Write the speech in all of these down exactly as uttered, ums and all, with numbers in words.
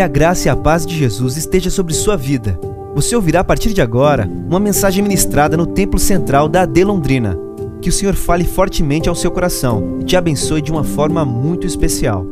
Que a graça e a paz de Jesus esteja sobre sua vida. Você ouvirá a partir de agora uma mensagem ministrada no Templo Central da A D Londrina. Que o Senhor fale fortemente ao seu coração e te abençoe de uma forma muito especial.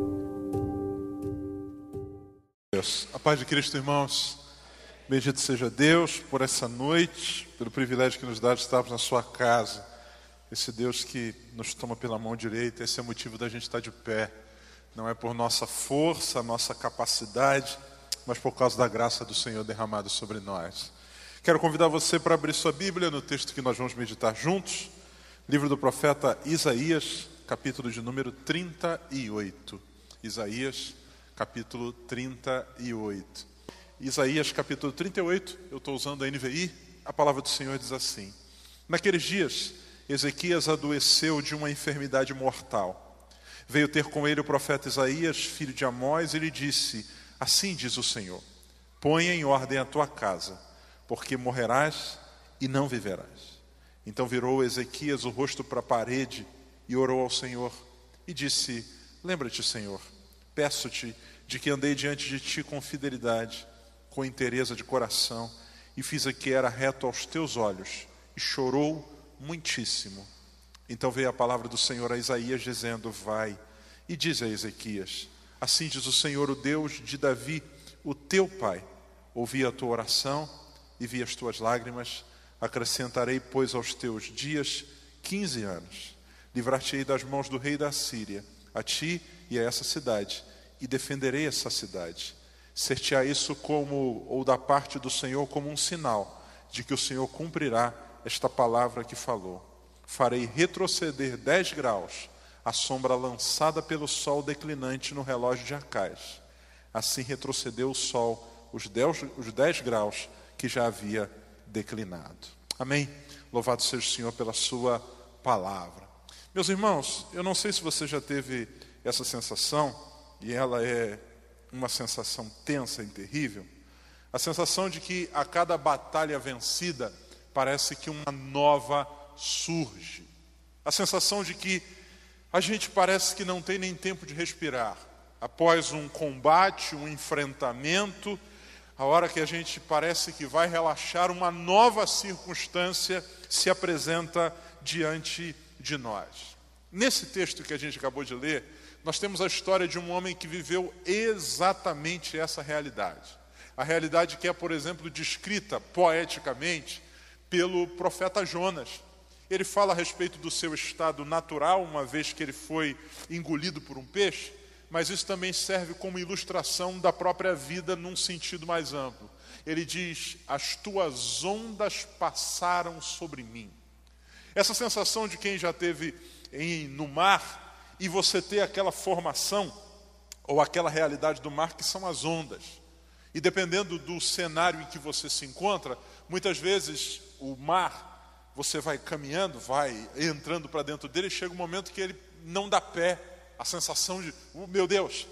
Deus. A paz de Cristo, irmãos. Bendito seja Deus por essa noite, pelo privilégio que nos dá de estarmos na sua casa. Esse Deus que nos toma pela mão direita, esse é o motivo da gente estar de pé. Não é por nossa força, nossa capacidade, mas por causa da graça do Senhor derramada sobre nós. Quero convidar você para abrir sua Bíblia no texto que nós vamos meditar juntos. Livro do profeta Isaías, capítulo de número trinta e oito. Isaías, capítulo trinta e oito. Isaías, capítulo trinta e oito, eu estou usando a N V I, a palavra do Senhor diz assim: Naqueles dias, Ezequias adoeceu de uma enfermidade mortal. Veio ter com ele o profeta Isaías, filho de Amós, e lhe disse: Assim diz o Senhor, ponha em ordem a tua casa, porque morrerás e não viverás. Então virou Ezequias o rosto para a parede e orou ao Senhor, e disse: Lembra-te, Senhor, peço-te de que andei diante de ti com fidelidade, com inteireza de coração, e fiz o que era reto aos teus olhos, e chorou muitíssimo. Então veio a palavra do Senhor a Isaías, dizendo: Vai e diz a Ezequias: Assim diz o Senhor, o Deus de Davi, o teu pai, ouvi a tua oração e vi as tuas lágrimas. Acrescentarei, pois, aos teus dias quinze anos. Livrar-te-ei das mãos do rei da Síria, a ti e a essa cidade, e defenderei essa cidade. Ser-te-á isso como, ou da parte do Senhor, como um sinal de que o Senhor cumprirá esta palavra que falou. Farei retroceder dez graus a sombra lançada pelo sol declinante no relógio de Acais. Assim retrocedeu o sol os dez, os dez graus que já havia declinado. Amém? Louvado seja o Senhor pela sua palavra. Meus irmãos, eu não sei se você já teve essa sensação, e ela é uma sensação tensa e terrível, a sensação de que a cada batalha vencida parece que uma nova surge. A sensação de que a gente parece que não tem nem tempo de respirar. Após um combate, um enfrentamento, a hora que a gente parece que vai relaxar, uma nova circunstância se apresenta diante de nós. Nesse texto que a gente acabou de ler, nós temos a história de um homem que viveu exatamente essa realidade. A realidade que é, por exemplo, descrita poeticamente pelo profeta Jonas. Ele fala a respeito do seu estado natural, uma vez que ele foi engolido por um peixe, mas isso também serve como ilustração da própria vida num sentido mais amplo. Ele diz: as tuas ondas passaram sobre mim. Essa sensação de quem já esteve em, no mar, e você ter aquela formação, ou aquela realidade do mar que são as ondas. E dependendo do cenário em que você se encontra, muitas vezes o mar, você vai caminhando, vai entrando para dentro dele, e chega um momento que ele não dá pé. A sensação de, oh, meu Deus,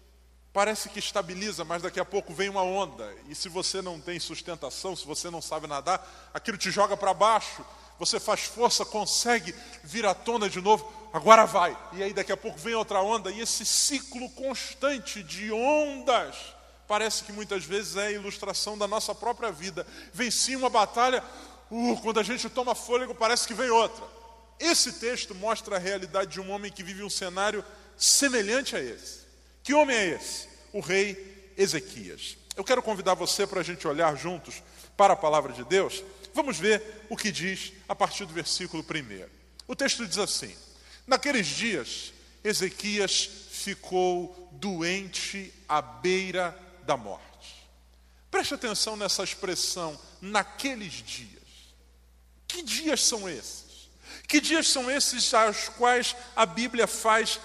parece que estabiliza, mas daqui a pouco vem uma onda. E se você não tem sustentação, se você não sabe nadar, aquilo te joga para baixo. Você faz força, consegue vir à tona de novo, agora vai. E aí daqui a pouco vem outra onda, e esse ciclo constante de ondas parece que muitas vezes é a ilustração da nossa própria vida. Venci uma batalha, uh, quando a gente toma fôlego parece que vem outra. Esse texto mostra a realidade de um homem que vive um cenário semelhante a esse. Que homem é esse? O rei Ezequias. Eu quero convidar você para a gente olhar juntos para a palavra de Deus. Vamos ver o que diz a partir do versículo primeiro. O texto diz assim: Naqueles dias, Ezequias ficou doente à beira da morte. Preste atenção nessa expressão, naqueles dias. Que dias são esses? Que dias são esses aos quais a Bíblia faz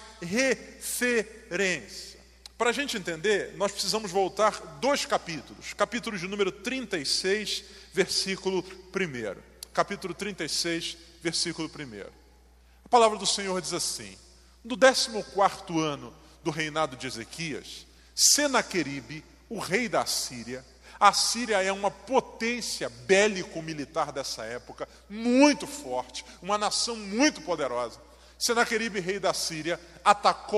referência? Para a gente entender, nós precisamos voltar dois capítulos. Capítulo de número trinta e seis, versículo primeiro. Capítulo trinta e seis, versículo primeiro. A palavra do Senhor diz assim: No décimo quarto ano do reinado de Ezequias, Senaqueribe, o rei da Síria. A Síria é uma potência bélico-militar dessa época, muito forte, uma nação muito poderosa. Senaqueribe, rei da Síria, atacou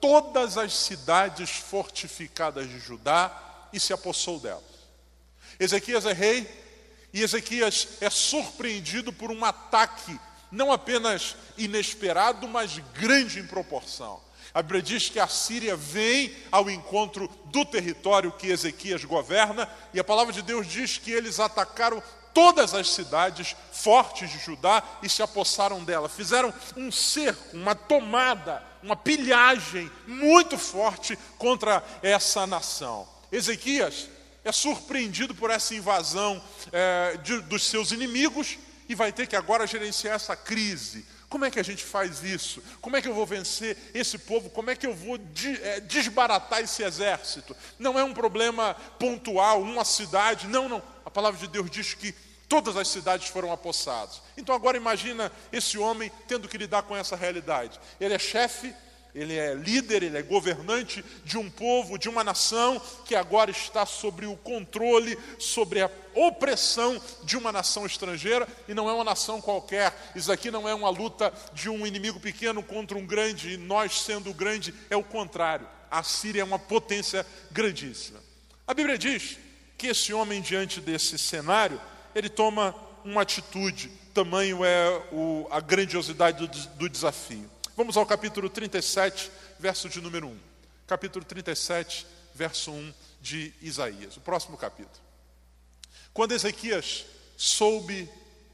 todas as cidades fortificadas de Judá e se apossou delas. Ezequias é rei e Ezequias é surpreendido por um ataque não apenas inesperado, mas grande em proporção. A Bíblia diz que a Síria vem ao encontro do território que Ezequias governa, e a palavra de Deus diz que eles atacaram todas as cidades fortes de Judá e se apossaram dela. Fizeram um cerco, uma tomada, uma pilhagem muito forte contra essa nação. Ezequias é surpreendido por essa invasão é, de, dos seus inimigos e vai ter que agora gerenciar essa crise. Como é que a gente faz isso? Como é que eu vou vencer esse povo? Como é que eu vou de, é, desbaratar esse exército? Não é um problema pontual, uma cidade. Não, não. A palavra de Deus diz que todas as cidades foram apossadas. Então agora imagina esse homem tendo que lidar com essa realidade. Ele é chefe, ele é líder, ele é governante de um povo, de uma nação que agora está sobre o controle, sobre a opressão de uma nação estrangeira, e não é uma nação qualquer. Isso aqui não é uma luta de um inimigo pequeno contra um grande, e nós sendo grande, é o contrário. A Síria é uma potência grandíssima. A Bíblia diz que esse homem, diante desse cenário, ele toma uma atitude, tamanho é o, a grandiosidade do, do desafio. Vamos ao capítulo trinta e sete, verso de número um. Capítulo trinta e sete, verso um de Isaías. O próximo capítulo. Quando Ezequias soube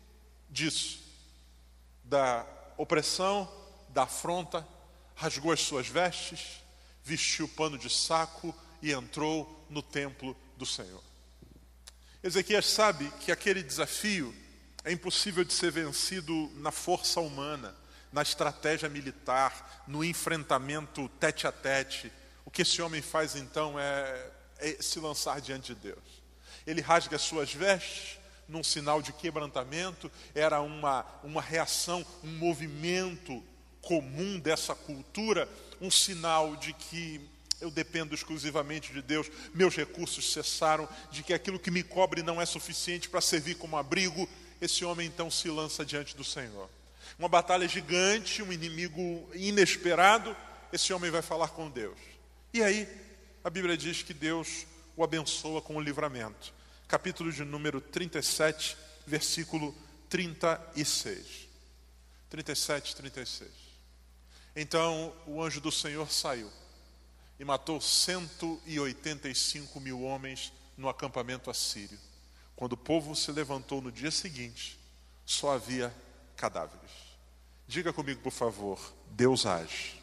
disso, da opressão, da afronta, rasgou as suas vestes, vestiu pano de saco e entrou no templo do Senhor. Ezequias sabe que aquele desafio é impossível de ser vencido na força humana, na estratégia militar, no enfrentamento tete a tete. O que esse homem faz então é, é se lançar diante de Deus. Ele rasga as suas vestes num sinal de quebrantamento. Era uma, uma reação, um movimento comum dessa cultura, um sinal de que eu dependo exclusivamente de Deus, meus recursos cessaram, de que aquilo que me cobre não é suficiente para servir como abrigo. Esse homem então se lança diante do Senhor. Uma batalha gigante, um inimigo inesperado, esse homem vai falar com Deus. E aí, a Bíblia diz que Deus o abençoa com o livramento. Capítulo de número trinta e sete, versículo trinta e seis. trinta e sete, trinta e seis. Então, o anjo do Senhor saiu e matou cento e oitenta e cinco mil homens no acampamento assírio. Quando o povo se levantou no dia seguinte, só havia cadáveres. Diga comigo, por favor, Deus age.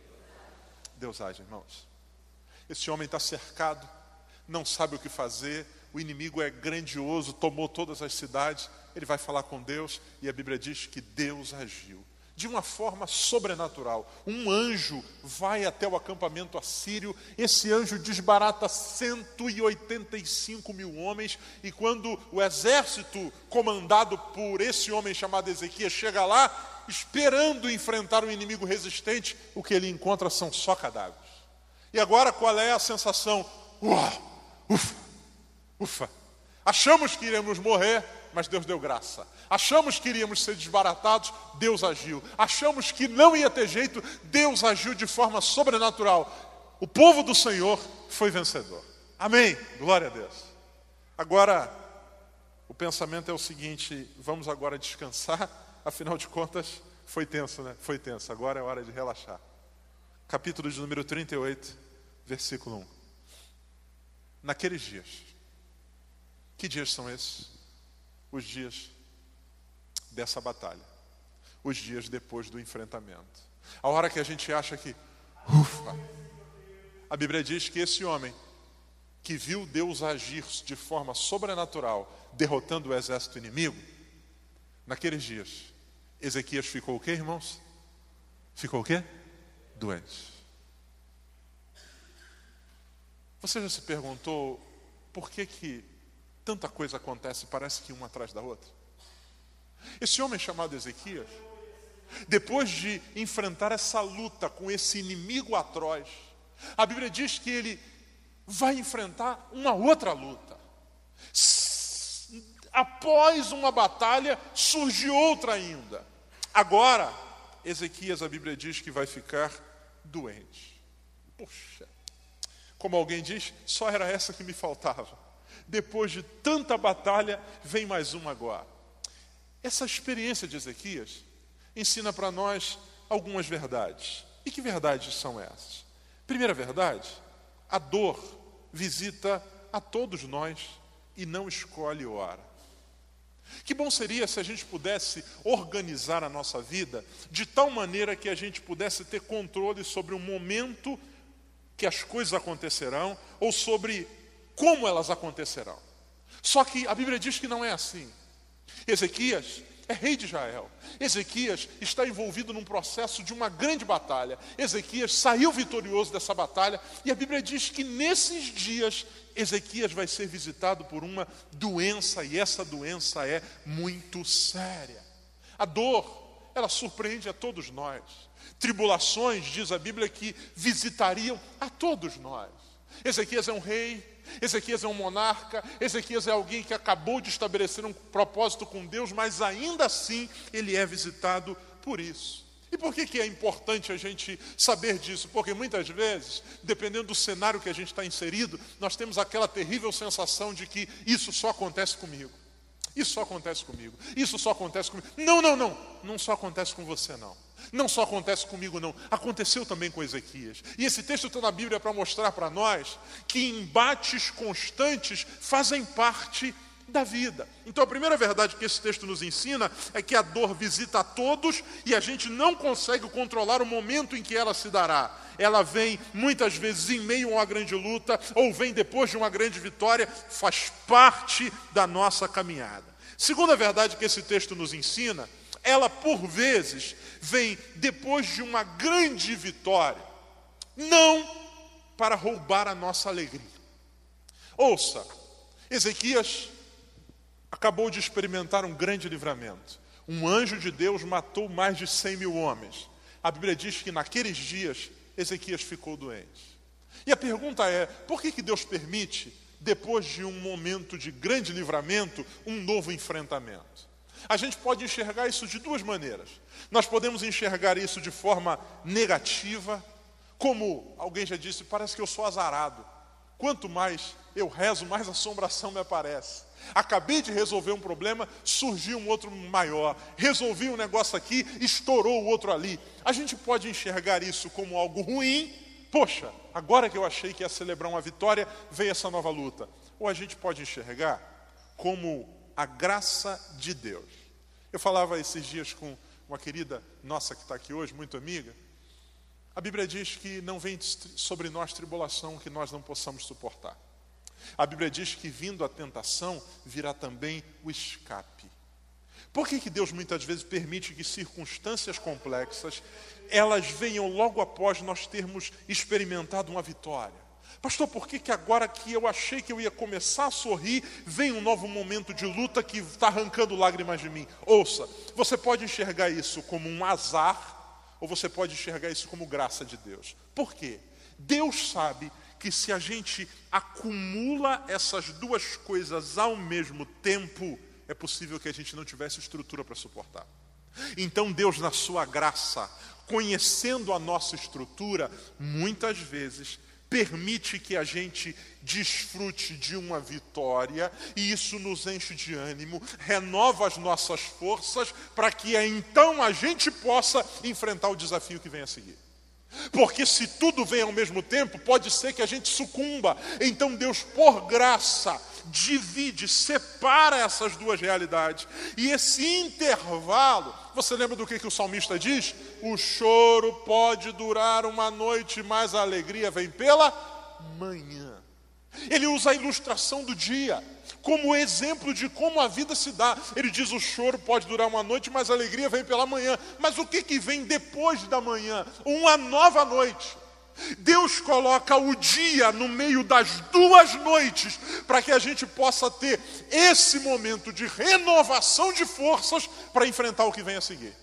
Deus age, irmãos. Esse homem está cercado, não sabe o que fazer, o inimigo é grandioso, tomou todas as cidades. Ele vai falar com Deus e a Bíblia diz que Deus agiu de uma forma sobrenatural. Um anjo vai até o acampamento assírio, esse anjo desbarata cento e oitenta e cinco mil homens, e quando o exército comandado por esse homem chamado Ezequias chega lá, esperando enfrentar um inimigo resistente, o que ele encontra são só cadáveres. E agora qual é a sensação? Uau, ufa, ufa, achamos que iremos morrer, mas Deus deu graça. Achamos que iríamos ser desbaratados, Deus agiu. Achamos que não ia ter jeito, Deus agiu de forma sobrenatural. O povo do Senhor foi vencedor. Amém, glória a Deus. Agora, o pensamento é o seguinte: vamos agora descansar. Afinal de contas, foi tenso, né? Foi tenso, agora é hora de relaxar. Capítulo de número trinta e oito, versículo um. Naqueles dias. Que dias são esses? Os dias dessa batalha. Os dias depois do enfrentamento. A hora que a gente acha que, ufa, a Bíblia diz que esse homem que viu Deus agir de forma sobrenatural, derrotando o exército inimigo, naqueles dias, Ezequias ficou o quê, irmãos? Ficou o quê? Doente. Você já se perguntou por que que tanta coisa acontece, parece que uma atrás da outra? Esse homem chamado Ezequias, depois de enfrentar essa luta com esse inimigo atroz, a Bíblia diz que ele vai enfrentar uma outra luta. Após uma batalha, surge outra ainda. Agora, Ezequias, a Bíblia diz que vai ficar doente. Puxa, como alguém diz, só era essa que me faltava. Depois de tanta batalha, vem mais uma agora. Essa experiência de Ezequias ensina para nós algumas verdades. E que verdades são essas? Primeira verdade, a dor visita a todos nós e não escolhe hora. Que bom seria se a gente pudesse organizar a nossa vida de tal maneira que a gente pudesse ter controle sobre o momento que as coisas acontecerão ou sobre como elas acontecerão. Só que a Bíblia diz que não é assim. Ezequias é rei de Israel. Ezequias está envolvido num processo de uma grande batalha. Ezequias saiu vitorioso dessa batalha e a Bíblia diz que nesses dias Ezequias vai ser visitado por uma doença e essa doença é muito séria. A dor, ela surpreende a todos nós. Tribulações, diz a Bíblia, que visitariam a todos nós. Ezequias é um rei, Ezequias é um monarca, Ezequias é alguém que acabou de estabelecer um propósito com Deus, mas ainda assim ele é visitado por isso. E por que que é importante a gente saber disso? Porque muitas vezes, dependendo do cenário que a gente está inserido, nós temos aquela terrível sensação de que isso só acontece comigo. Isso só acontece comigo. Isso só acontece comigo. Não, não, não. Não só acontece com você, não. Não só acontece comigo, não. Aconteceu também com Ezequias. E esse texto está na Bíblia para mostrar para nós que embates constantes fazem parte da vida. Então a primeira verdade que esse texto nos ensina é que a dor visita a todos e a gente não consegue controlar o momento em que ela se dará. Ela vem muitas vezes em meio a uma grande luta ou vem depois de uma grande vitória, faz parte da nossa caminhada. Segunda verdade que esse texto nos ensina, ela por vezes vem depois de uma grande vitória, não para roubar a nossa alegria. Ouça, Ezequias acabou de experimentar um grande livramento. Um anjo de Deus matou mais de cem mil homens. A Bíblia diz que naqueles dias Ezequias ficou doente. E a pergunta é, por que que Deus permite, depois de um momento de grande livramento, um novo enfrentamento? A gente pode enxergar isso de duas maneiras. Nós podemos enxergar isso de forma negativa, como alguém já disse, parece que eu sou azarado. Quanto mais eu rezo, mais assombração me aparece. Acabei de resolver um problema, surgiu um outro maior. Resolvi um negócio aqui, estourou o outro ali. A gente pode enxergar isso como algo ruim. Poxa, agora que eu achei que ia celebrar uma vitória, veio essa nova luta. Ou a gente pode enxergar como a graça de Deus. Eu falava esses dias com uma querida nossa que está aqui hoje, muito amiga. A Bíblia diz que não vem sobre nós tribulação que nós não possamos suportar. A Bíblia diz que vindo a tentação, virá também o escape. Por que que Deus muitas vezes permite que circunstâncias complexas, elas venham logo após nós termos experimentado uma vitória? Pastor, por que que agora que eu achei que eu ia começar a sorrir, vem um novo momento de luta que está arrancando lágrimas de mim? Ouça, você pode enxergar isso como um azar, ou você pode enxergar isso como graça de Deus. Por quê? Deus sabe que se a gente acumula essas duas coisas ao mesmo tempo, é possível que a gente não tivesse estrutura para suportar. Então Deus, na sua graça, conhecendo a nossa estrutura, muitas vezes permite que a gente desfrute de uma vitória e isso nos enche de ânimo, renova as nossas forças para que então a gente possa enfrentar o desafio que vem a seguir. Porque se tudo vem ao mesmo tempo, pode ser que a gente sucumba. Então Deus, por graça, divide, separa essas duas realidades. E esse intervalo, você lembra do que, que o salmista diz? O choro pode durar uma noite, mas a alegria vem pela manhã. Ele usa a ilustração do dia como exemplo de como a vida se dá. Ele diz, o choro pode durar uma noite, mas a alegria vem pela manhã. Mas o que que vem depois da manhã? Uma nova noite. Deus coloca o dia no meio das duas noites para que a gente possa ter esse momento de renovação de forças para enfrentar o que vem a seguir.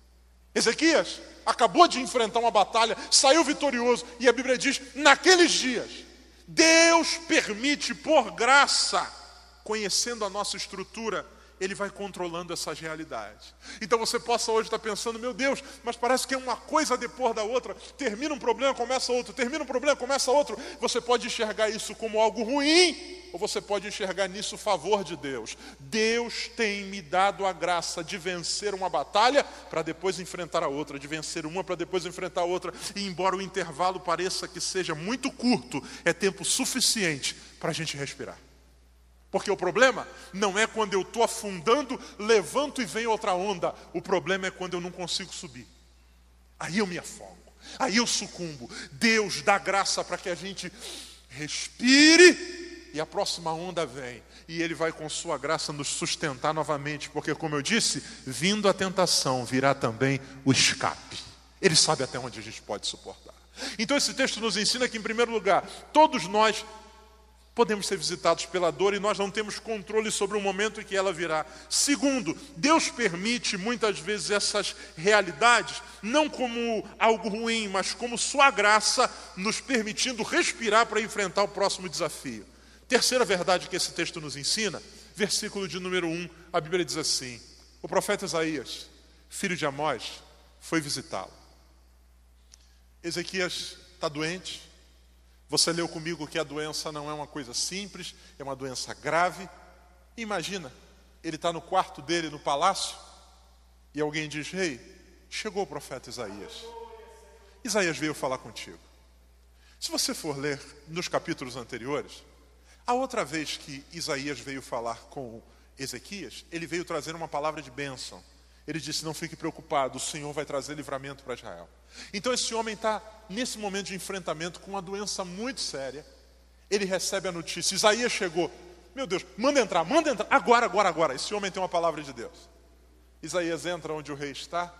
Ezequias acabou de enfrentar uma batalha, saiu vitorioso, e a Bíblia diz, naqueles dias, Deus permite por graça, conhecendo a nossa estrutura, Ele vai controlando essas realidades. Então você possa hoje estar pensando, meu Deus, mas parece que é uma coisa depois da outra. Termina um problema, começa outro. Termina um problema, começa outro. Você pode enxergar isso como algo ruim, ou você pode enxergar nisso o favor de Deus. Deus tem me dado a graça de vencer uma batalha para depois enfrentar a outra, de vencer uma para depois enfrentar a outra. E embora o intervalo pareça que seja muito curto, é tempo suficiente para a gente respirar. Porque o problema não é quando eu estou afundando, levanto e vem outra onda. O problema é quando eu não consigo subir. Aí eu me afogo, aí eu sucumbo. Deus dá graça para que a gente respire e a próxima onda vem. E Ele vai com sua graça nos sustentar novamente. Porque, como eu disse, vindo a tentação, virá também o escape. Ele sabe até onde a gente pode suportar. Então esse texto nos ensina que, em primeiro lugar, todos nós podemos ser visitados pela dor e nós não temos controle sobre o momento em que ela virá. Segundo, Deus permite muitas vezes essas realidades, não como algo ruim, mas como sua graça, nos permitindo respirar para enfrentar o próximo desafio. Terceira verdade que esse texto nos ensina, versículo de número um, a Bíblia diz assim: o profeta Isaías, filho de Amós, foi visitá-lo. Ezequias está doente. Você leu comigo que a doença não é uma coisa simples, é uma doença grave. Imagina, ele está no quarto dele, no palácio, e alguém diz: ei, chegou o profeta Isaías. Isaías veio falar contigo. Se você for ler nos capítulos anteriores, a outra vez que Isaías veio falar com Ezequias, ele veio trazer uma palavra de bênção. Ele disse: não fique preocupado, o Senhor vai trazer livramento para Israel. Então esse homem está nesse momento de enfrentamento com uma doença muito séria. Ele recebe a notícia: Isaías chegou. Meu Deus, manda entrar, manda entrar, agora, agora, agora. Esse homem tem uma palavra de Deus. Isaías entra onde o rei está.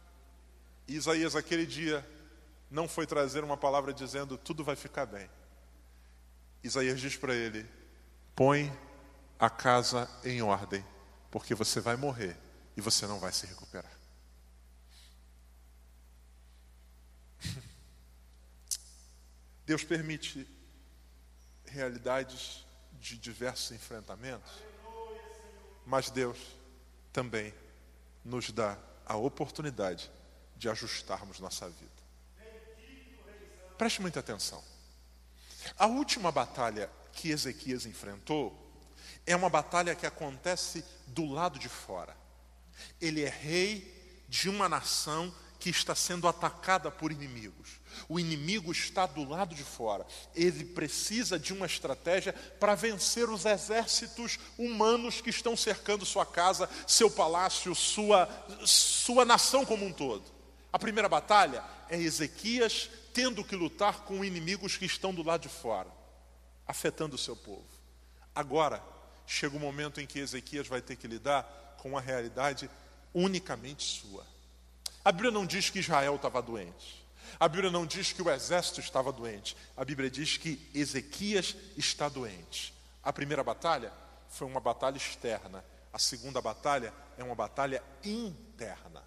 E Isaías, aquele dia, não foi trazer uma palavra dizendo: tudo vai ficar bem. Isaías diz para ele: põe a casa em ordem, porque você vai morrer e você não vai se recuperar. Deus permite realidades de diversos enfrentamentos, mas Deus também nos dá a oportunidade de ajustarmos nossa vida. Preste muita atenção. A última batalha que Ezequias enfrentou é uma batalha que acontece do lado de fora. Ele é rei de uma nação que está sendo atacada por inimigos. O inimigo está do lado de fora. Ele precisa de uma estratégia para vencer os exércitos humanos que estão cercando sua casa, seu palácio, sua, sua nação como um todo. A primeira batalha é Ezequias tendo que lutar com inimigos que estão do lado de fora, afetando o seu povo. Agora, chega o momento em que Ezequias vai ter que lidar com uma realidade unicamente sua. A Bíblia não diz que Israel estava doente. A Bíblia não diz que o exército estava doente. A Bíblia diz que Ezequias está doente. A primeira batalha foi uma batalha externa. A segunda batalha é uma batalha interna.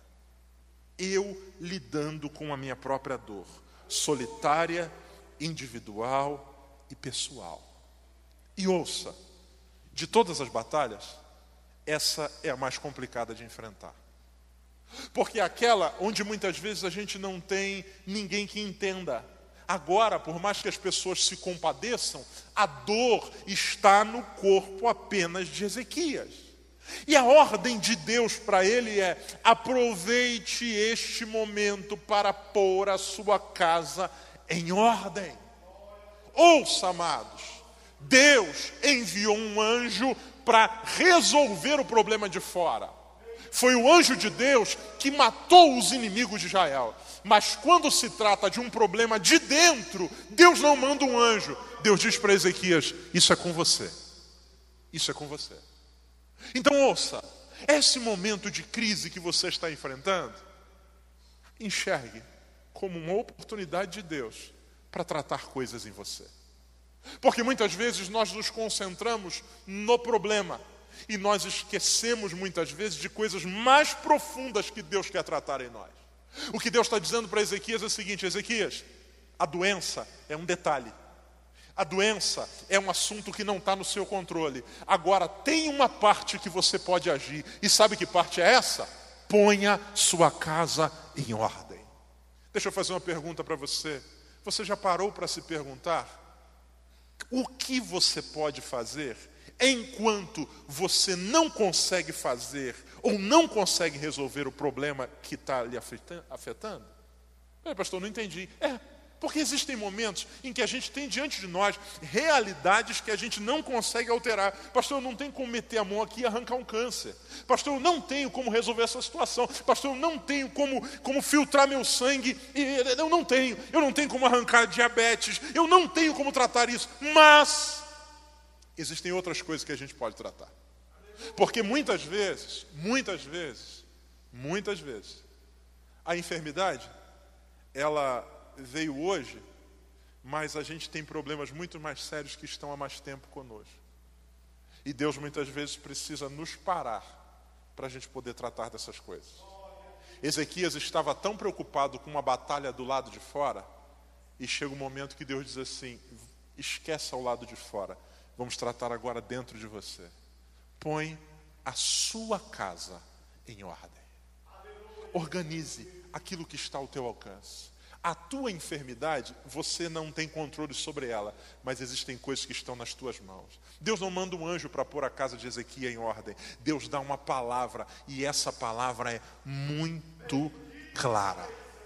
Eu lidando com a minha própria dor, solitária, individual e pessoal. E ouça, de todas as batalhas, essa é a mais complicada de enfrentar. Porque é aquela onde muitas vezes a gente não tem ninguém que entenda. Agora, por mais que as pessoas se compadeçam, a dor está no corpo apenas de Ezequias. E a ordem de Deus para ele é: aproveite este momento para pôr a sua casa em ordem. Ouça, amados, Deus enviou um anjo para resolver o problema de fora. Foi o anjo de Deus que matou os inimigos de Israel. Mas quando se trata de um problema de dentro, Deus não manda um anjo. Deus diz para Ezequias: isso é com você. Isso é com você. Então ouça, esse momento de crise que você está enfrentando, enxergue como uma oportunidade de Deus para tratar coisas em você. Porque muitas vezes nós nos concentramos no problema e nós esquecemos muitas vezes de coisas mais profundas que Deus quer tratar em nós. O que Deus está dizendo para Ezequias é o seguinte: Ezequias, a doença é um detalhe. A doença é um assunto que não está no seu controle. Agora, tem uma parte que você pode agir. E sabe que parte é essa? Ponha sua casa em ordem. Deixa eu fazer uma pergunta para você. Você já parou para se perguntar o que você pode fazer enquanto você não consegue fazer ou não consegue resolver o problema que está lhe afetando? É, pastor, não entendi. É, porque existem momentos em que a gente tem diante de nós realidades que a gente não consegue alterar. Pastor, eu não tenho como meter a mão aqui e arrancar um câncer. Pastor, eu não tenho como resolver essa situação. Pastor, eu não tenho como, como filtrar meu sangue. Eu não tenho. Eu não tenho como arrancar diabetes. Eu não tenho como tratar isso. Mas existem outras coisas que a gente pode tratar. Porque muitas vezes, muitas vezes, muitas vezes, a enfermidade, ela veio hoje, mas a gente tem problemas muito mais sérios que estão há mais tempo conosco. E Deus muitas vezes precisa nos parar para a gente poder tratar dessas coisas. Ezequias estava tão preocupado com uma batalha do lado de fora, e chega um momento que Deus diz assim: esqueça o lado de fora, vamos tratar agora dentro de você. Põe a sua casa em ordem. Organize aquilo que está ao teu alcance. A tua enfermidade, você não tem controle sobre ela, mas existem coisas que estão nas tuas mãos. Deus não manda um anjo para pôr a casa de Ezequias em ordem. Deus dá uma palavra, e essa palavra é muito clara.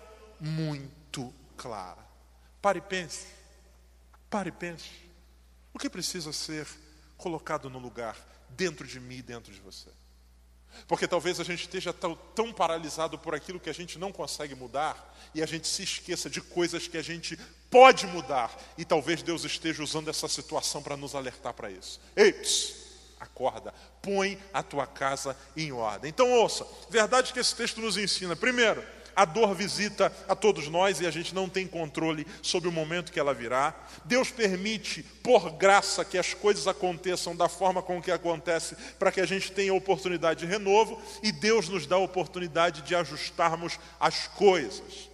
Muito clara. Pare e pense. Pare e pense. O que precisa ser colocado no lugar dentro de mim e dentro de você? Porque talvez a gente esteja tão, tão paralisado por aquilo que a gente não consegue mudar, e a gente se esqueça de coisas que a gente pode mudar, e talvez Deus esteja usando essa situação para nos alertar para isso. Ei, pss, acorda, põe a tua casa em ordem. Então ouça, verdade que esse texto nos ensina. Primeiro, a dor visita a todos nós e a gente não tem controle sobre o momento que ela virá. Deus permite, por graça, que as coisas aconteçam da forma com que acontece, para que a gente tenha oportunidade de renovo, e Deus nos dá a oportunidade de ajustarmos as coisas.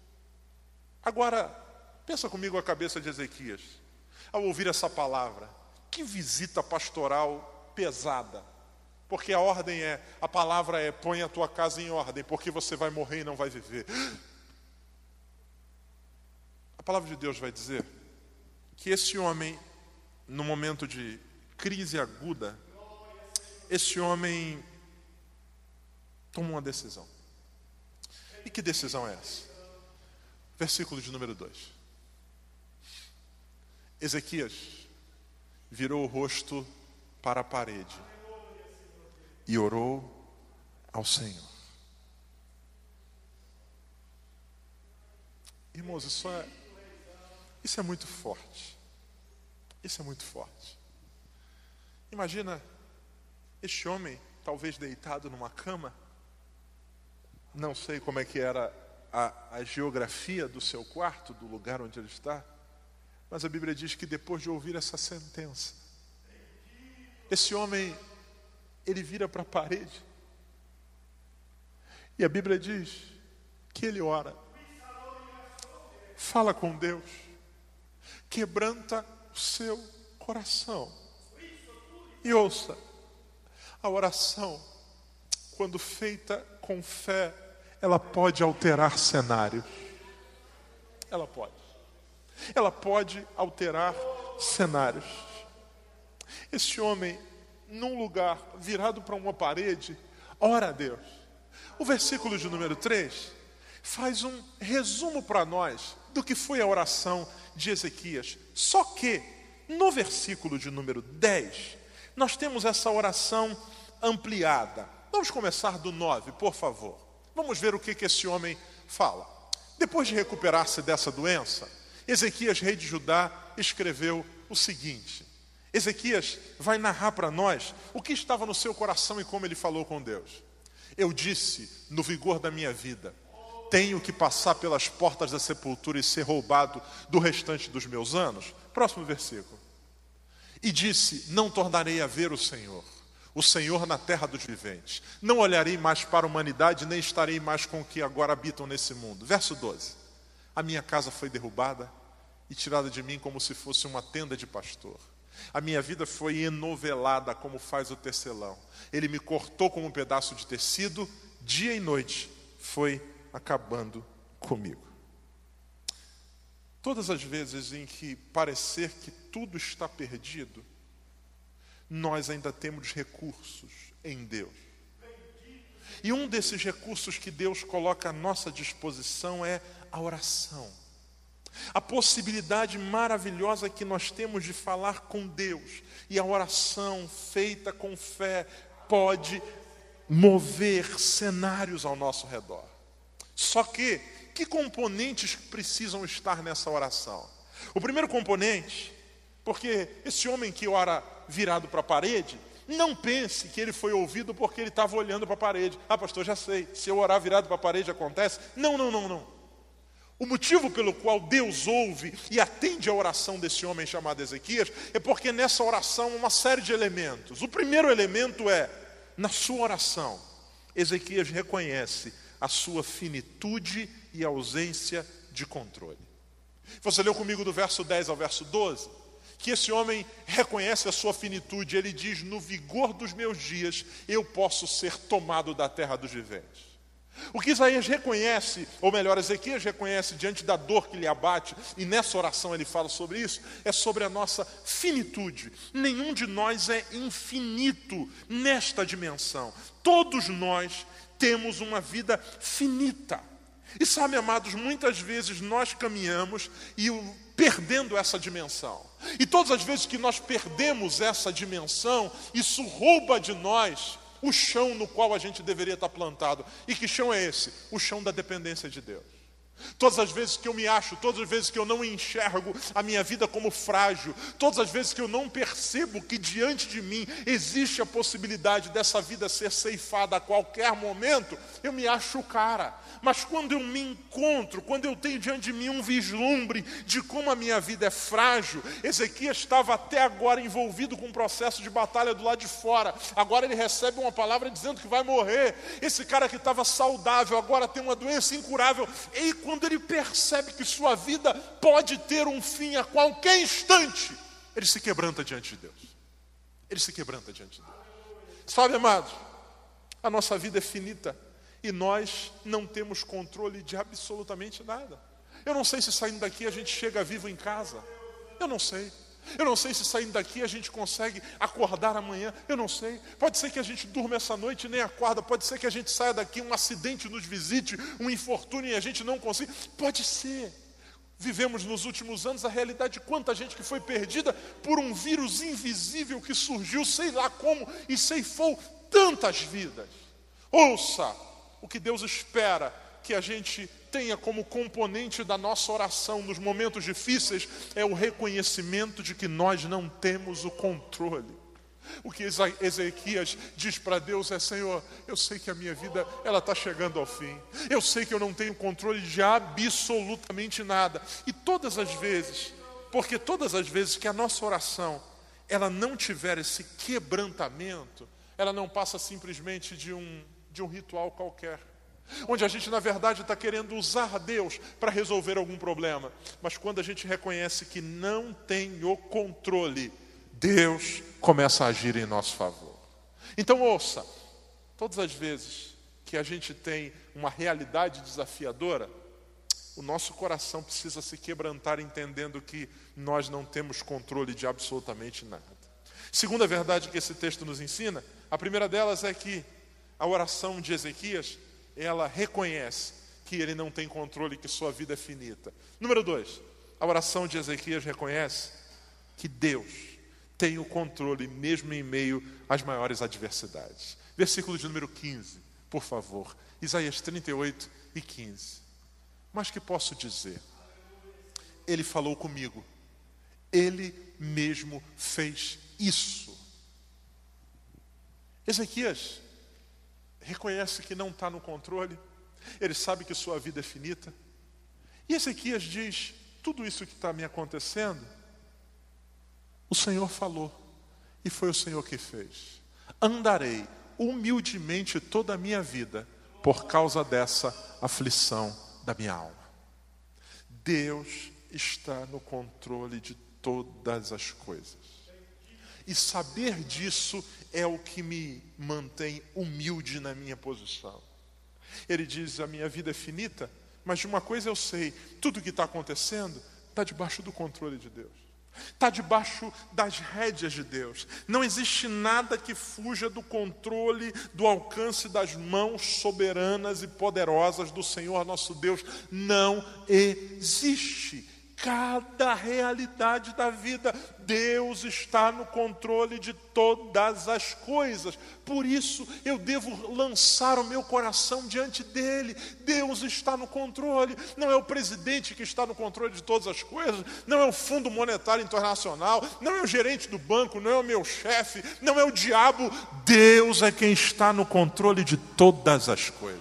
Agora, pensa comigo a cabeça de Ezequias, ao ouvir essa palavra. Que visita pastoral pesada. Porque a ordem é, a palavra é: põe a tua casa em ordem, porque você vai morrer e não vai viver. A palavra de Deus vai dizer que esse homem, no momento de crise aguda, esse homem toma uma decisão. E que decisão é essa? Versículo de número dois. Ezequias virou o rosto para a parede e orou ao Senhor. Irmãos, isso é, isso é muito forte. Isso é muito forte. Imagina este homem, talvez deitado numa cama. Não sei como é que era a, a geografia do seu quarto, do lugar onde ele está. Mas a Bíblia diz que depois de ouvir essa sentença, esse homem, ele vira para a parede. E a Bíblia diz que ele ora. Fala com Deus. Quebranta o seu coração. E ouça, a oração, quando feita com fé, ela pode alterar cenários. Ela pode. Ela pode alterar cenários. Esse homem, num lugar virado para uma parede, ora a Deus. O versículo de número três faz um resumo para nós do que foi a oração de Ezequias. Só que, no versículo de número dez, nós temos essa oração ampliada. Vamos começar do nove, por favor. Vamos ver o que, que esse homem fala. Depois de recuperar-se dessa doença, Ezequias, rei de Judá, escreveu o seguinte. Ezequias vai narrar para nós o que estava no seu coração e como ele falou com Deus. Eu disse, no vigor da minha vida, tenho que passar pelas portas da sepultura e ser roubado do restante dos meus anos. Próximo versículo. E disse, não tornarei a ver o Senhor, o Senhor na terra dos viventes. Não olharei mais para a humanidade, nem estarei mais com os que agora habitam nesse mundo. Verso doze. A minha casa foi derrubada e tirada de mim como se fosse uma tenda de pastor. A minha vida foi enovelada como faz o tecelão. Ele me cortou como um pedaço de tecido, dia e noite, foi acabando comigo. Todas as vezes em que parecer que tudo está perdido, nós ainda temos recursos em Deus. E um desses recursos que Deus coloca à nossa disposição é a oração. A possibilidade maravilhosa que nós temos de falar com Deus. E a oração feita com fé pode mover cenários ao nosso redor. Só que, que componentes precisam estar nessa oração? O primeiro componente, porque esse homem que ora virado para a parede, não pense que ele foi ouvido porque ele estava olhando para a parede. Ah, pastor, já sei, se eu orar virado para a parede acontece? Não, não, não, não. O motivo pelo qual Deus ouve e atende a oração desse homem chamado Ezequias é porque nessa oração há uma série de elementos. O primeiro elemento é, na sua oração, Ezequias reconhece a sua finitude e ausência de controle. Você leu comigo do verso dez ao verso doze? Que esse homem reconhece a sua finitude. Ele diz, no vigor dos meus dias, eu posso ser tomado da terra dos viventes. O que Isaías reconhece, ou melhor, Ezequias reconhece diante da dor que lhe abate, e nessa oração ele fala sobre isso, é sobre a nossa finitude. Nenhum de nós é infinito nesta dimensão. Todos nós temos uma vida finita. E sabe, amados, muitas vezes nós caminhamos e perdendo essa dimensão. E todas as vezes que nós perdemos essa dimensão, isso rouba de nós o chão no qual a gente deveria estar plantado. E que chão é esse? O chão da dependência de Deus. Todas as vezes que eu me acho, todas as vezes que eu não enxergo a minha vida como frágil, todas as vezes que eu não percebo que diante de mim existe a possibilidade dessa vida ser ceifada a qualquer momento, eu me acho o cara. Mas quando eu me encontro, quando eu tenho diante de mim um vislumbre de como a minha vida é frágil, Ezequias estava até agora envolvido com um processo de batalha do lado de fora. Agora ele recebe uma palavra dizendo que vai morrer. Esse cara que estava saudável agora tem uma doença incurável. E quando ele percebe que sua vida pode ter um fim a qualquer instante, ele se quebranta diante de Deus. Ele se quebranta diante de Deus. Sabe, amados, a nossa vida é finita. E nós não temos controle de absolutamente nada. Eu não sei se saindo daqui a gente chega vivo em casa. Eu não sei. Eu não sei se saindo daqui a gente consegue acordar amanhã. Eu não sei. Pode ser que a gente durma essa noite e nem acorda. Pode ser que a gente saia daqui, um acidente nos visite, um infortúnio e a gente não consiga. Pode ser. Vivemos nos últimos anos a realidade de quanta gente que foi perdida por um vírus invisível que surgiu, sei lá como, e ceifou tantas vidas. Ouça! O que Deus espera que a gente tenha como componente da nossa oração nos momentos difíceis é o reconhecimento de que nós não temos o controle. O que Ezequias diz para Deus é: Senhor, eu sei que a minha vida ela está chegando ao fim. Eu sei que eu não tenho controle de absolutamente nada. E todas as vezes, porque todas as vezes que a nossa oração ela não tiver esse quebrantamento, ela não passa simplesmente de um de um ritual qualquer, onde a gente na verdade está querendo usar Deus para resolver algum problema, mas quando a gente reconhece que não tem o controle, Deus começa a agir em nosso favor. Então ouça, todas as vezes que a gente tem uma realidade desafiadora, o nosso coração precisa se quebrantar entendendo que nós não temos controle de absolutamente nada. Segunda verdade que esse texto nos ensina, a primeira delas é que a oração de Ezequias, ela reconhece que ele não tem controle, que sua vida é finita. Número dois, a oração de Ezequias reconhece que Deus tem o controle mesmo em meio às maiores adversidades. Versículo de número quinze, por favor. Isaías trinta e oito e quinze. Mas que posso dizer? Ele falou comigo. Ele mesmo fez isso. Ezequias reconhece que não está no controle, ele sabe que sua vida é finita. E Ezequias diz, tudo isso que está me acontecendo, o Senhor falou, e foi o Senhor que fez. Andarei humildemente toda a minha vida, por causa dessa aflição da minha alma. Deus está no controle de todas as coisas. E saber disso é o que me mantém humilde na minha posição. Ele diz, a minha vida é finita, mas de uma coisa eu sei, tudo que está acontecendo está debaixo do controle de Deus. Está debaixo das rédeas de Deus. Não existe nada que fuja do controle, do alcance das mãos soberanas e poderosas do Senhor nosso Deus. Não existe. Cada realidade da vida, Deus está no controle de todas as coisas. Por isso eu devo lançar o meu coração diante dele. Deus está no controle. Não é o presidente que está no controle de todas as coisas, não é o Fundo Monetário Internacional, não é o gerente do banco, não é o meu chefe, não é o diabo. Deus é quem está no controle de todas as coisas.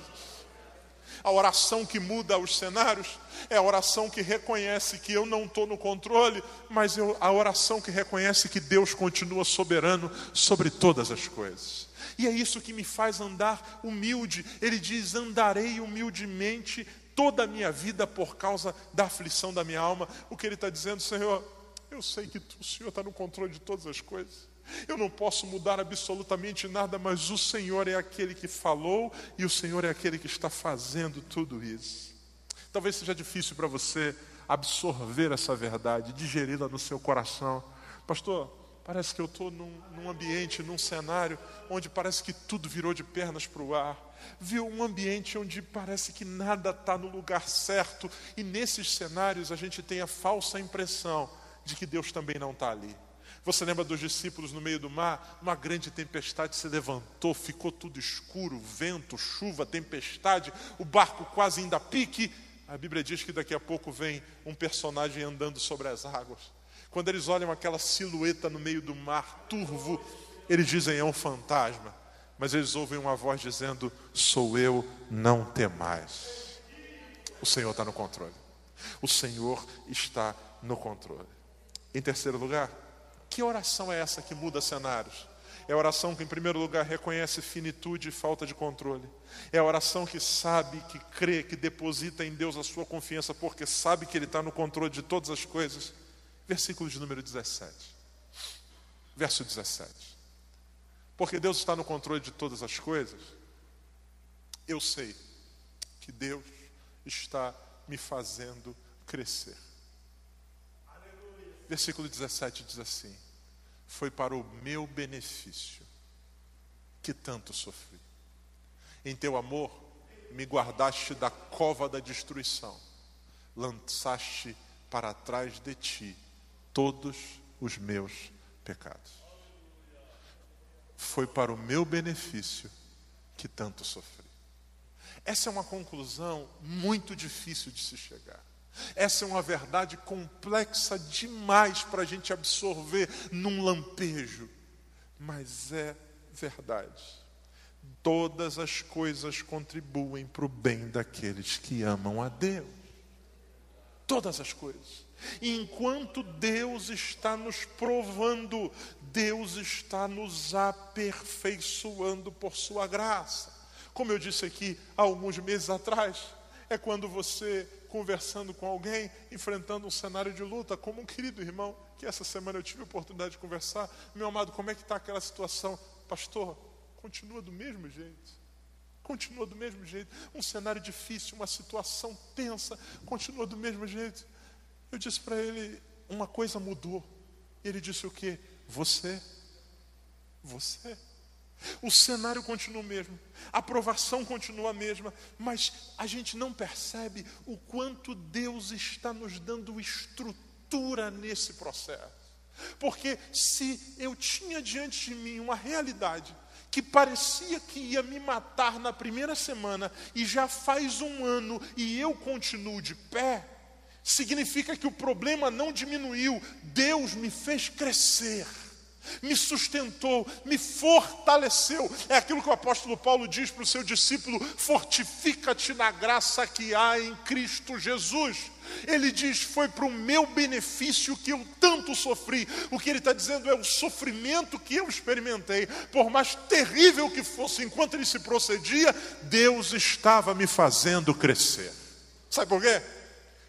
A oração que muda os cenários é a oração que reconhece que eu não estou no controle, mas eu, a oração que reconhece que Deus continua soberano sobre todas as coisas. E é isso que me faz andar humilde. Ele diz, andarei humildemente toda a minha vida por causa da aflição da minha alma. O que ele está dizendo, Senhor, eu sei que tu, o Senhor está no controle de todas as coisas. Eu não posso mudar absolutamente nada, mas o Senhor é aquele que falou e o Senhor é aquele que está fazendo tudo isso. Talvez seja difícil para você absorver essa verdade, digeri-la no seu coração. Pastor, parece que eu estou num, num ambiente, num cenário onde parece que tudo virou de pernas para o ar. Viu, um ambiente onde parece que nada está no lugar certo. E nesses cenários a gente tem a falsa impressão de que Deus também não está ali. Você lembra dos discípulos no meio do mar? Uma grande tempestade se levantou, ficou tudo escuro, vento, chuva, tempestade, o barco quase indo a pique. A Bíblia diz que daqui a pouco vem um personagem andando sobre as águas. Quando eles olham aquela silhueta no meio do mar turvo, eles dizem, é um fantasma. Mas eles ouvem uma voz dizendo, sou eu, não temais. O Senhor está no controle. O Senhor está no controle. Em terceiro lugar, que oração é essa que muda cenários? É a oração que, em primeiro lugar, reconhece finitude e falta de controle. É a oração que sabe, que crê, que deposita em Deus a sua confiança, porque sabe que Ele está no controle de todas as coisas. Versículo de número dezessete. Verso dezessete. Porque Deus está no controle de todas as coisas, eu sei que Deus está me fazendo crescer. Versículo dezessete diz assim, foi para o meu benefício que tanto sofri. Em teu amor me guardaste da cova da destruição, lançaste para trás de ti todos os meus pecados. Foi para o meu benefício que tanto sofri. Essa é uma conclusão muito difícil de se chegar. Essa é uma verdade complexa demais para a gente absorver num lampejo. Mas é verdade. Todas as coisas contribuem para o bem daqueles que amam a Deus. Todas as coisas. E enquanto Deus está nos provando, Deus está nos aperfeiçoando por sua graça. Como eu disse aqui há alguns meses atrás, é quando você, conversando com alguém, enfrentando um cenário de luta, como um querido irmão, que essa semana eu tive a oportunidade de conversar, meu amado, como é que está aquela situação? Pastor, continua do mesmo jeito, continua do mesmo jeito, um cenário difícil, uma situação tensa, continua do mesmo jeito. Eu disse para ele, uma coisa mudou. Ele disse o quê? Você, você. O cenário continua o mesmo, a provação continua a mesma, mas a gente não percebe o quanto Deus está nos dando estrutura nesse processo. Porque se eu tinha diante de mim uma realidade que parecia que ia me matar na primeira semana e já faz um ano e eu continuo de pé, significa que o problema não diminuiu, Deus me fez crescer. Me sustentou, me fortaleceu. É aquilo que o apóstolo Paulo diz para o seu discípulo, fortifica-te na graça que há em Cristo Jesus. Ele diz, foi para o meu benefício que eu tanto sofri. O que ele está dizendo é o sofrimento que eu experimentei, por mais terrível que fosse, enquanto ele se procedia, Deus estava me fazendo crescer. Sabe por quê?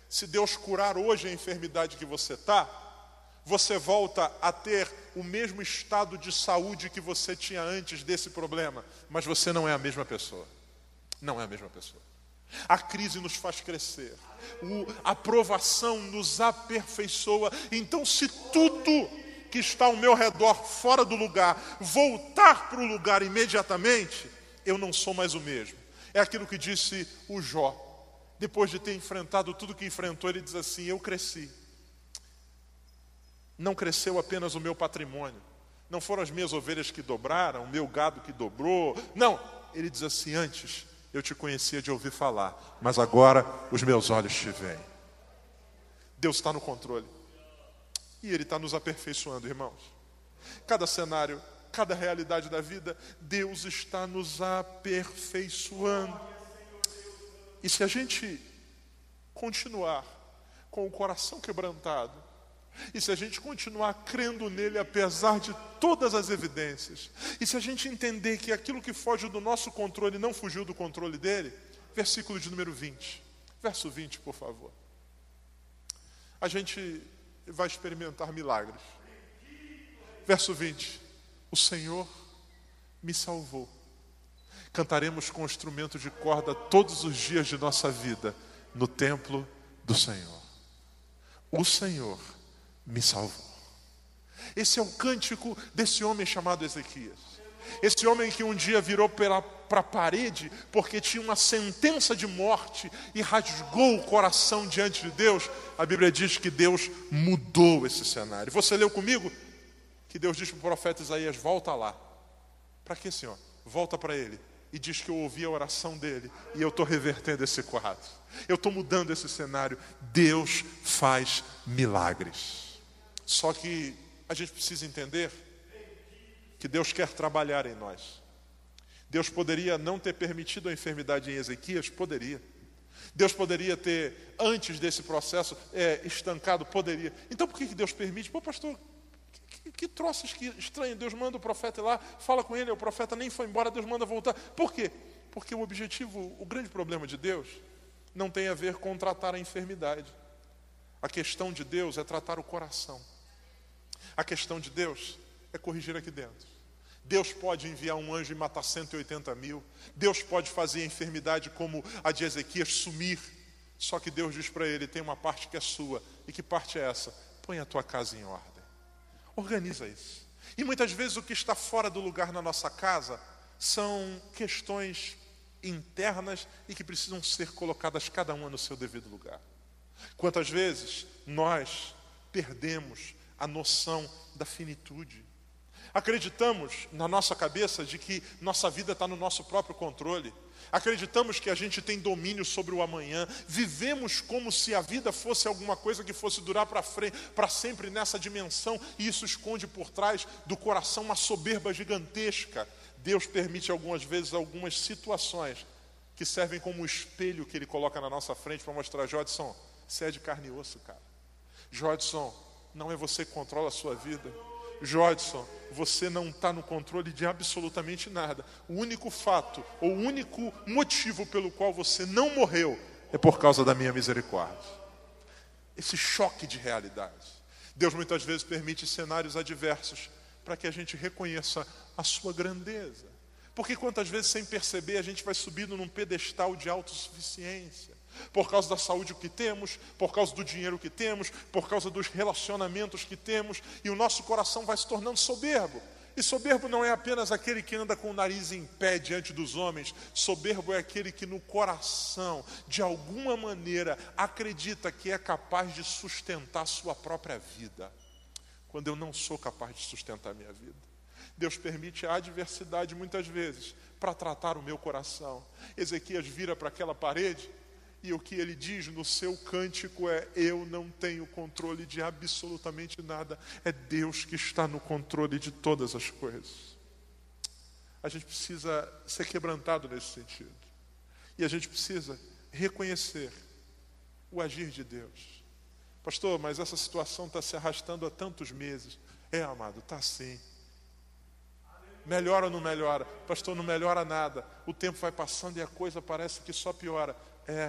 se Deus curar hoje a enfermidade que você está, você volta a ter o mesmo estado de saúde que você tinha antes desse problema, mas você não é a mesma pessoa. Não é a mesma pessoa. A crise nos faz crescer, o, a provação nos aperfeiçoa. Então, se tudo que está ao meu redor fora do lugar voltar para o lugar imediatamente, eu não sou mais o mesmo. É aquilo que disse o Jó. Depois de ter enfrentado tudo que enfrentou, ele diz assim: eu cresci. Não cresceu apenas o meu patrimônio, não foram as minhas ovelhas que dobraram, o meu gado que dobrou. Não, ele diz assim: antes eu te conhecia de ouvir falar, mas agora os meus olhos te veem. Deus está no controle. E Ele está nos aperfeiçoando, irmãos. Cada cenário, cada realidade da vida, Deus está nos aperfeiçoando. E se a gente continuar com o coração quebrantado, e se a gente continuar crendo nele apesar de todas as evidências, e se a gente entender que aquilo que foge do nosso controle não fugiu do controle dele, versículo de número vinte, verso vinte, por favor. A gente vai experimentar milagres. Verso vinte, o Senhor me salvou. Cantaremos com instrumento de corda todos os dias de nossa vida no templo do Senhor. O Senhor me salvou. Esse é o cântico desse homem chamado Ezequias. Esse homem que um dia virou para a parede porque tinha uma sentença de morte e rasgou o coração diante de Deus. A Bíblia diz que Deus mudou esse cenário. Você leu comigo? Que Deus diz para o profeta Isaías: volta lá. Para quê, Senhor? Volta para ele. E diz que eu ouvi a oração dele e eu estou revertendo esse quadro. Eu estou mudando esse cenário. Deus faz milagres. Só que a gente precisa entender que Deus quer trabalhar em nós. Deus poderia não ter permitido a enfermidade em Ezequias? Poderia. Deus poderia ter, antes desse processo, é, estancado? Poderia. Então por que Deus permite? Pô, pastor, que, que troços que estranho. Deus manda o profeta ir lá, fala com ele, o profeta nem foi embora, Deus manda voltar. Por quê? Porque o objetivo, o grande problema de Deus não tem a ver com tratar a enfermidade. A questão de Deus é tratar o coração. A questão de Deus é corrigir aqui dentro. Deus pode enviar um anjo e matar cento e oitenta mil. Deus pode fazer a enfermidade como a de Ezequias sumir. Só que Deus diz para ele: tem uma parte que é sua. E que parte é essa? Põe a tua casa em ordem. Organiza isso. E muitas vezes o que está fora do lugar na nossa casa são questões internas e que precisam ser colocadas cada uma no seu devido lugar. Quantas vezes nós perdemos a noção da finitude. Acreditamos na nossa cabeça de que nossa vida está no nosso próprio controle. Acreditamos que a gente tem domínio sobre o amanhã. Vivemos como se a vida fosse alguma coisa que fosse durar para frente, para sempre nessa dimensão. E isso esconde por trás do coração uma soberba gigantesca. Deus permite algumas vezes algumas situações que servem como um espelho que Ele coloca na nossa frente para mostrar: Jodson, você é de carne e osso, cara. Jodson, não é você que controla a sua vida. Jodson, você não está no controle de absolutamente nada. O único fato, ou o único motivo pelo qual você não morreu é por causa da minha misericórdia. Esse choque de realidade. Deus muitas vezes permite cenários adversos para que a gente reconheça a sua grandeza. Porque quantas vezes, sem perceber, a gente vai subindo num pedestal de autossuficiência. Por causa da saúde que temos, por causa do dinheiro que temos, por causa dos relacionamentos que temos, e o nosso coração vai se tornando soberbo. E soberbo não é apenas aquele que anda com o nariz em pé diante dos homens. Soberbo é aquele que no coração, de alguma maneira, acredita que é capaz de sustentar a sua própria vida, quando eu não sou capaz de sustentar a minha vida. Deus permite a adversidade muitas vezes para tratar o meu coração. Ezequias vira para aquela parede e o que ele diz no seu cântico é: eu não tenho controle de absolutamente nada. É Deus que está no controle de todas as coisas. A gente precisa ser quebrantado nesse sentido. E a gente precisa reconhecer o agir de Deus. Pastor, mas essa situação está se arrastando há tantos meses. É, amado, está sim. Melhora ou não melhora? Pastor, não melhora nada. O tempo vai passando e a coisa parece que só piora. É,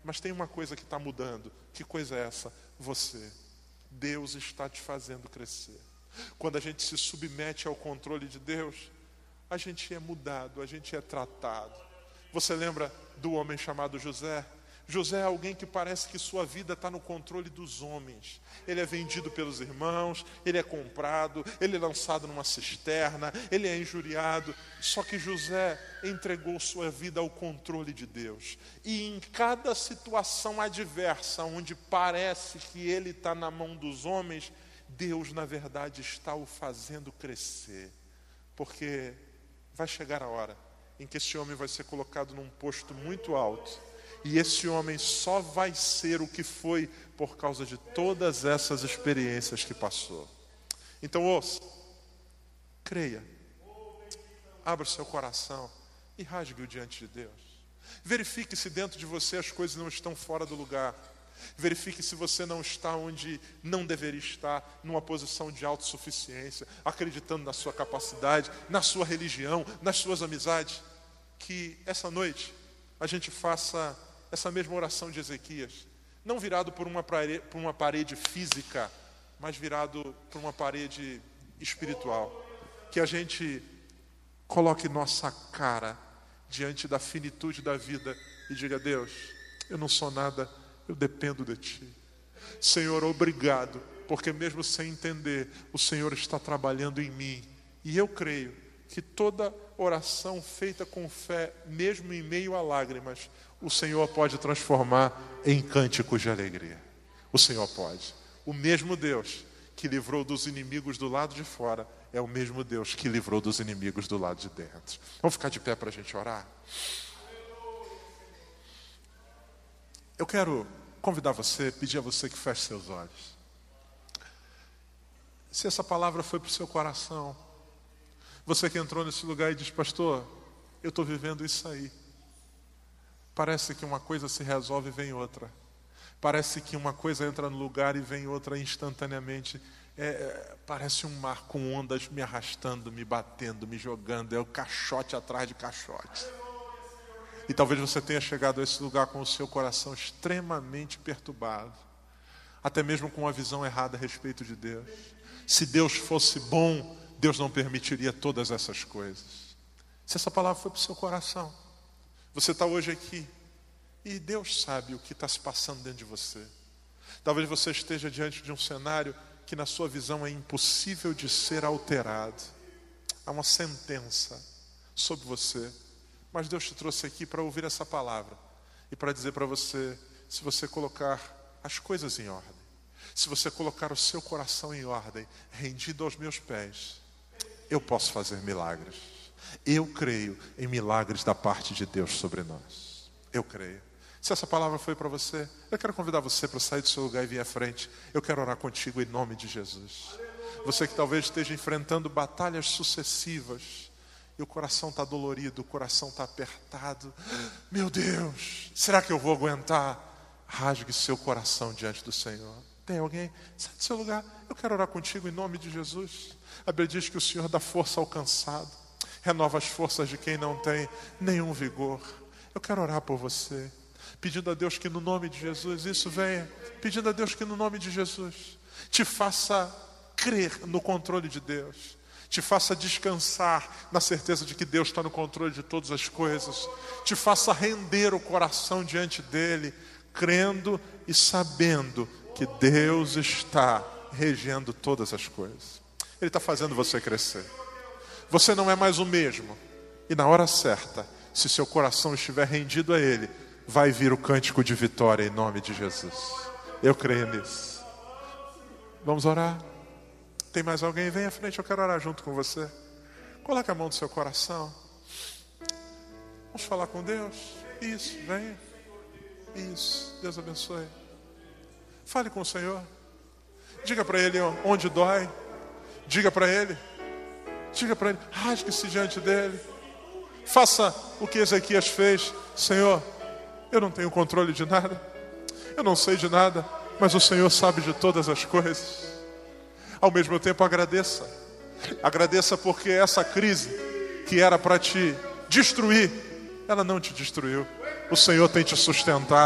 mas tem uma coisa que está mudando. Que coisa é essa? Você. Deus está te fazendo crescer. Quando a gente se submete ao controle de Deus, a gente é mudado, a gente é tratado. Você lembra do homem chamado José? José é alguém que parece que sua vida está no controle dos homens. Ele é vendido pelos irmãos, ele é comprado, ele é lançado numa cisterna, ele é injuriado. Só que José entregou sua vida ao controle de Deus. E em cada situação adversa, onde parece que ele está na mão dos homens, Deus, na verdade, está o fazendo crescer. Porque vai chegar a hora em que esse homem vai ser colocado num posto muito alto. E esse homem só vai ser o que foi por causa de todas essas experiências que passou. Então ouça, creia, abra o seu coração e rasgue-o diante de Deus. Verifique se dentro de você as coisas não estão fora do lugar. Verifique se você não está onde não deveria estar, numa posição de autossuficiência, acreditando na sua capacidade, na sua religião, nas suas amizades. Que essa noite a gente faça essa mesma oração de Ezequias, não virado por uma parede, por uma parede física, mas virado por uma parede espiritual. Que a gente coloque nossa cara diante da finitude da vida e diga: Deus, eu não sou nada, eu dependo de Ti. Senhor, obrigado, porque mesmo sem entender, o Senhor está trabalhando em mim. E eu creio que toda oração feita com fé, mesmo em meio a lágrimas, o Senhor pode transformar em cânticos de alegria. O Senhor pode. O mesmo Deus que livrou dos inimigos do lado de fora é o mesmo Deus que livrou dos inimigos do lado de dentro. Vamos ficar de pé para a gente orar? Eu quero convidar você, pedir a você que feche seus olhos. Se essa palavra foi para o seu coração, você que entrou nesse lugar e diz: pastor, eu estou vivendo isso aí. Parece que uma coisa se resolve e vem outra. Parece que uma coisa entra no lugar e vem outra instantaneamente. É, é, parece um mar com ondas me arrastando, me batendo, me jogando. É o caixote atrás de caixote. E talvez você tenha chegado a esse lugar com o seu coração extremamente perturbado. Até mesmo com uma visão errada a respeito de Deus. Se Deus fosse bom, Deus não permitiria todas essas coisas. Se essa palavra foi para o seu coração, você está hoje aqui e Deus sabe o que está se passando dentro de você. Talvez você esteja diante de um cenário que na sua visão é impossível de ser alterado. Há uma sentença sobre você. Mas Deus te trouxe aqui para ouvir essa palavra e para dizer para você: se você colocar as coisas em ordem, se você colocar o seu coração em ordem, rendido aos meus pés, eu posso fazer milagres. Eu creio em milagres da parte de Deus sobre nós. Eu creio. Se essa palavra foi para você, eu quero convidar você para sair do seu lugar e vir à frente. Eu quero orar contigo em nome de Jesus. Você que talvez esteja enfrentando batalhas sucessivas e o coração está dolorido, o coração está apertado. Meu Deus, será que eu vou aguentar? Rasgue seu coração diante do Senhor. Tem alguém? Sai do seu lugar. Eu quero orar contigo em nome de Jesus. A Bíblia diz que o Senhor dá força ao cansado, renova as forças de quem não tem nenhum vigor. Eu quero orar por você, pedindo a Deus que no nome de Jesus, isso venha, pedindo a Deus que no nome de Jesus, te faça crer no controle de Deus, te faça descansar na certeza de que Deus está no controle de todas as coisas, te faça render o coração diante dEle, crendo e sabendo que Deus está regendo todas as coisas. Ele está fazendo você crescer. Você não é mais o mesmo. E na hora certa, se seu coração estiver rendido a Ele, vai vir o cântico de vitória em nome de Jesus. Eu creio nisso. Vamos orar? Tem mais alguém? Vem à frente, eu quero orar junto com você. Coloque a mão no seu coração. Vamos falar com Deus. Isso, venha. Isso, Deus abençoe. Fale com o Senhor. Diga para Ele onde dói. Diga para Ele. Diga para Ele. Rasgue-se diante dEle. Faça o que Ezequias fez. Senhor, eu não tenho controle de nada. Eu não sei de nada. Mas o Senhor sabe de todas as coisas. Ao mesmo tempo agradeça. Agradeça porque essa crise que era para te destruir, ela não te destruiu. O Senhor tem te sustentado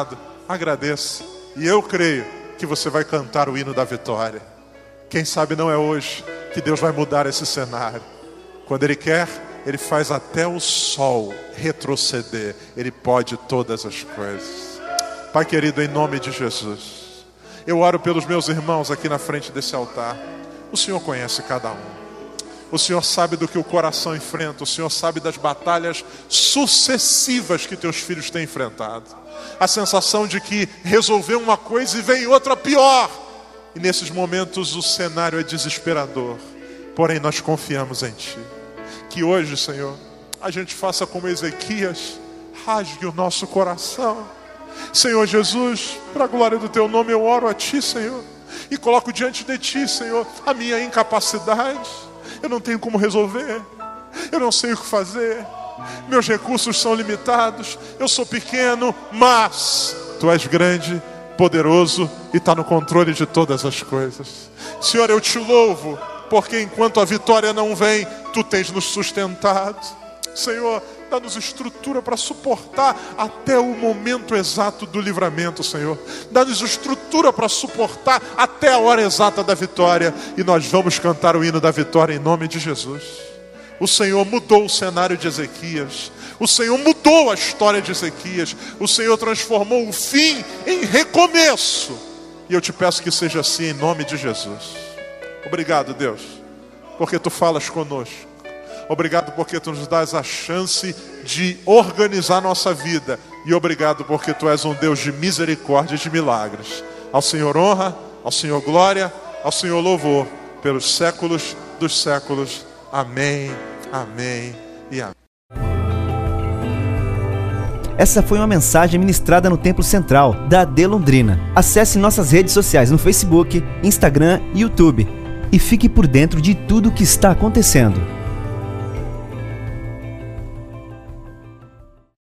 agradeça. E eu creio que você vai cantar o hino da vitória. Quem sabe não é hoje que Deus vai mudar esse cenário. Quando Ele quer, Ele faz até o sol retroceder. Ele pode todas as coisas. Pai querido, em nome de Jesus, eu oro pelos meus irmãos aqui na frente desse altar. O Senhor conhece cada um. O Senhor sabe do que o coração enfrenta. O Senhor sabe das batalhas sucessivas que teus filhos têm enfrentado. A sensação de que resolveu uma coisa e vem outra pior. E nesses momentos o cenário é desesperador. Porém nós confiamos em Ti. Que hoje, Senhor, a gente faça como Ezequias. Rasgue o nosso coração. Senhor Jesus, para a glória do Teu nome eu oro a Ti, Senhor. E coloco diante de Ti, Senhor, a minha incapacidade. Eu não tenho como resolver. Eu não sei o que fazer. Meus recursos são limitados. Eu sou pequeno, mas Tu és grande, poderoso e está no controle de todas as coisas. Senhor, eu Te louvo, porque enquanto a vitória não vem, Tu tens nos sustentado. Senhor, dá-nos estrutura para suportar até o momento exato do livramento, Senhor. Dá-nos estrutura para suportar até a hora exata da vitória. E nós vamos cantar o hino da vitória em nome de Jesus. O Senhor mudou o cenário de Ezequias. O Senhor mudou a história de Ezequias. O Senhor transformou o fim em recomeço. E eu te peço que seja assim em nome de Jesus. Obrigado, Deus, porque Tu falas conosco. Obrigado porque Tu nos dás a chance de organizar nossa vida. E obrigado porque Tu és um Deus de misericórdia e de milagres. Ao Senhor honra, ao Senhor glória, ao Senhor louvor, pelos séculos dos séculos. Amém, amém e amém. Essa foi uma mensagem ministrada no Templo Central da A D Londrina. Acesse nossas redes sociais no Facebook, Instagram e YouTube. E fique por dentro de tudo o que está acontecendo.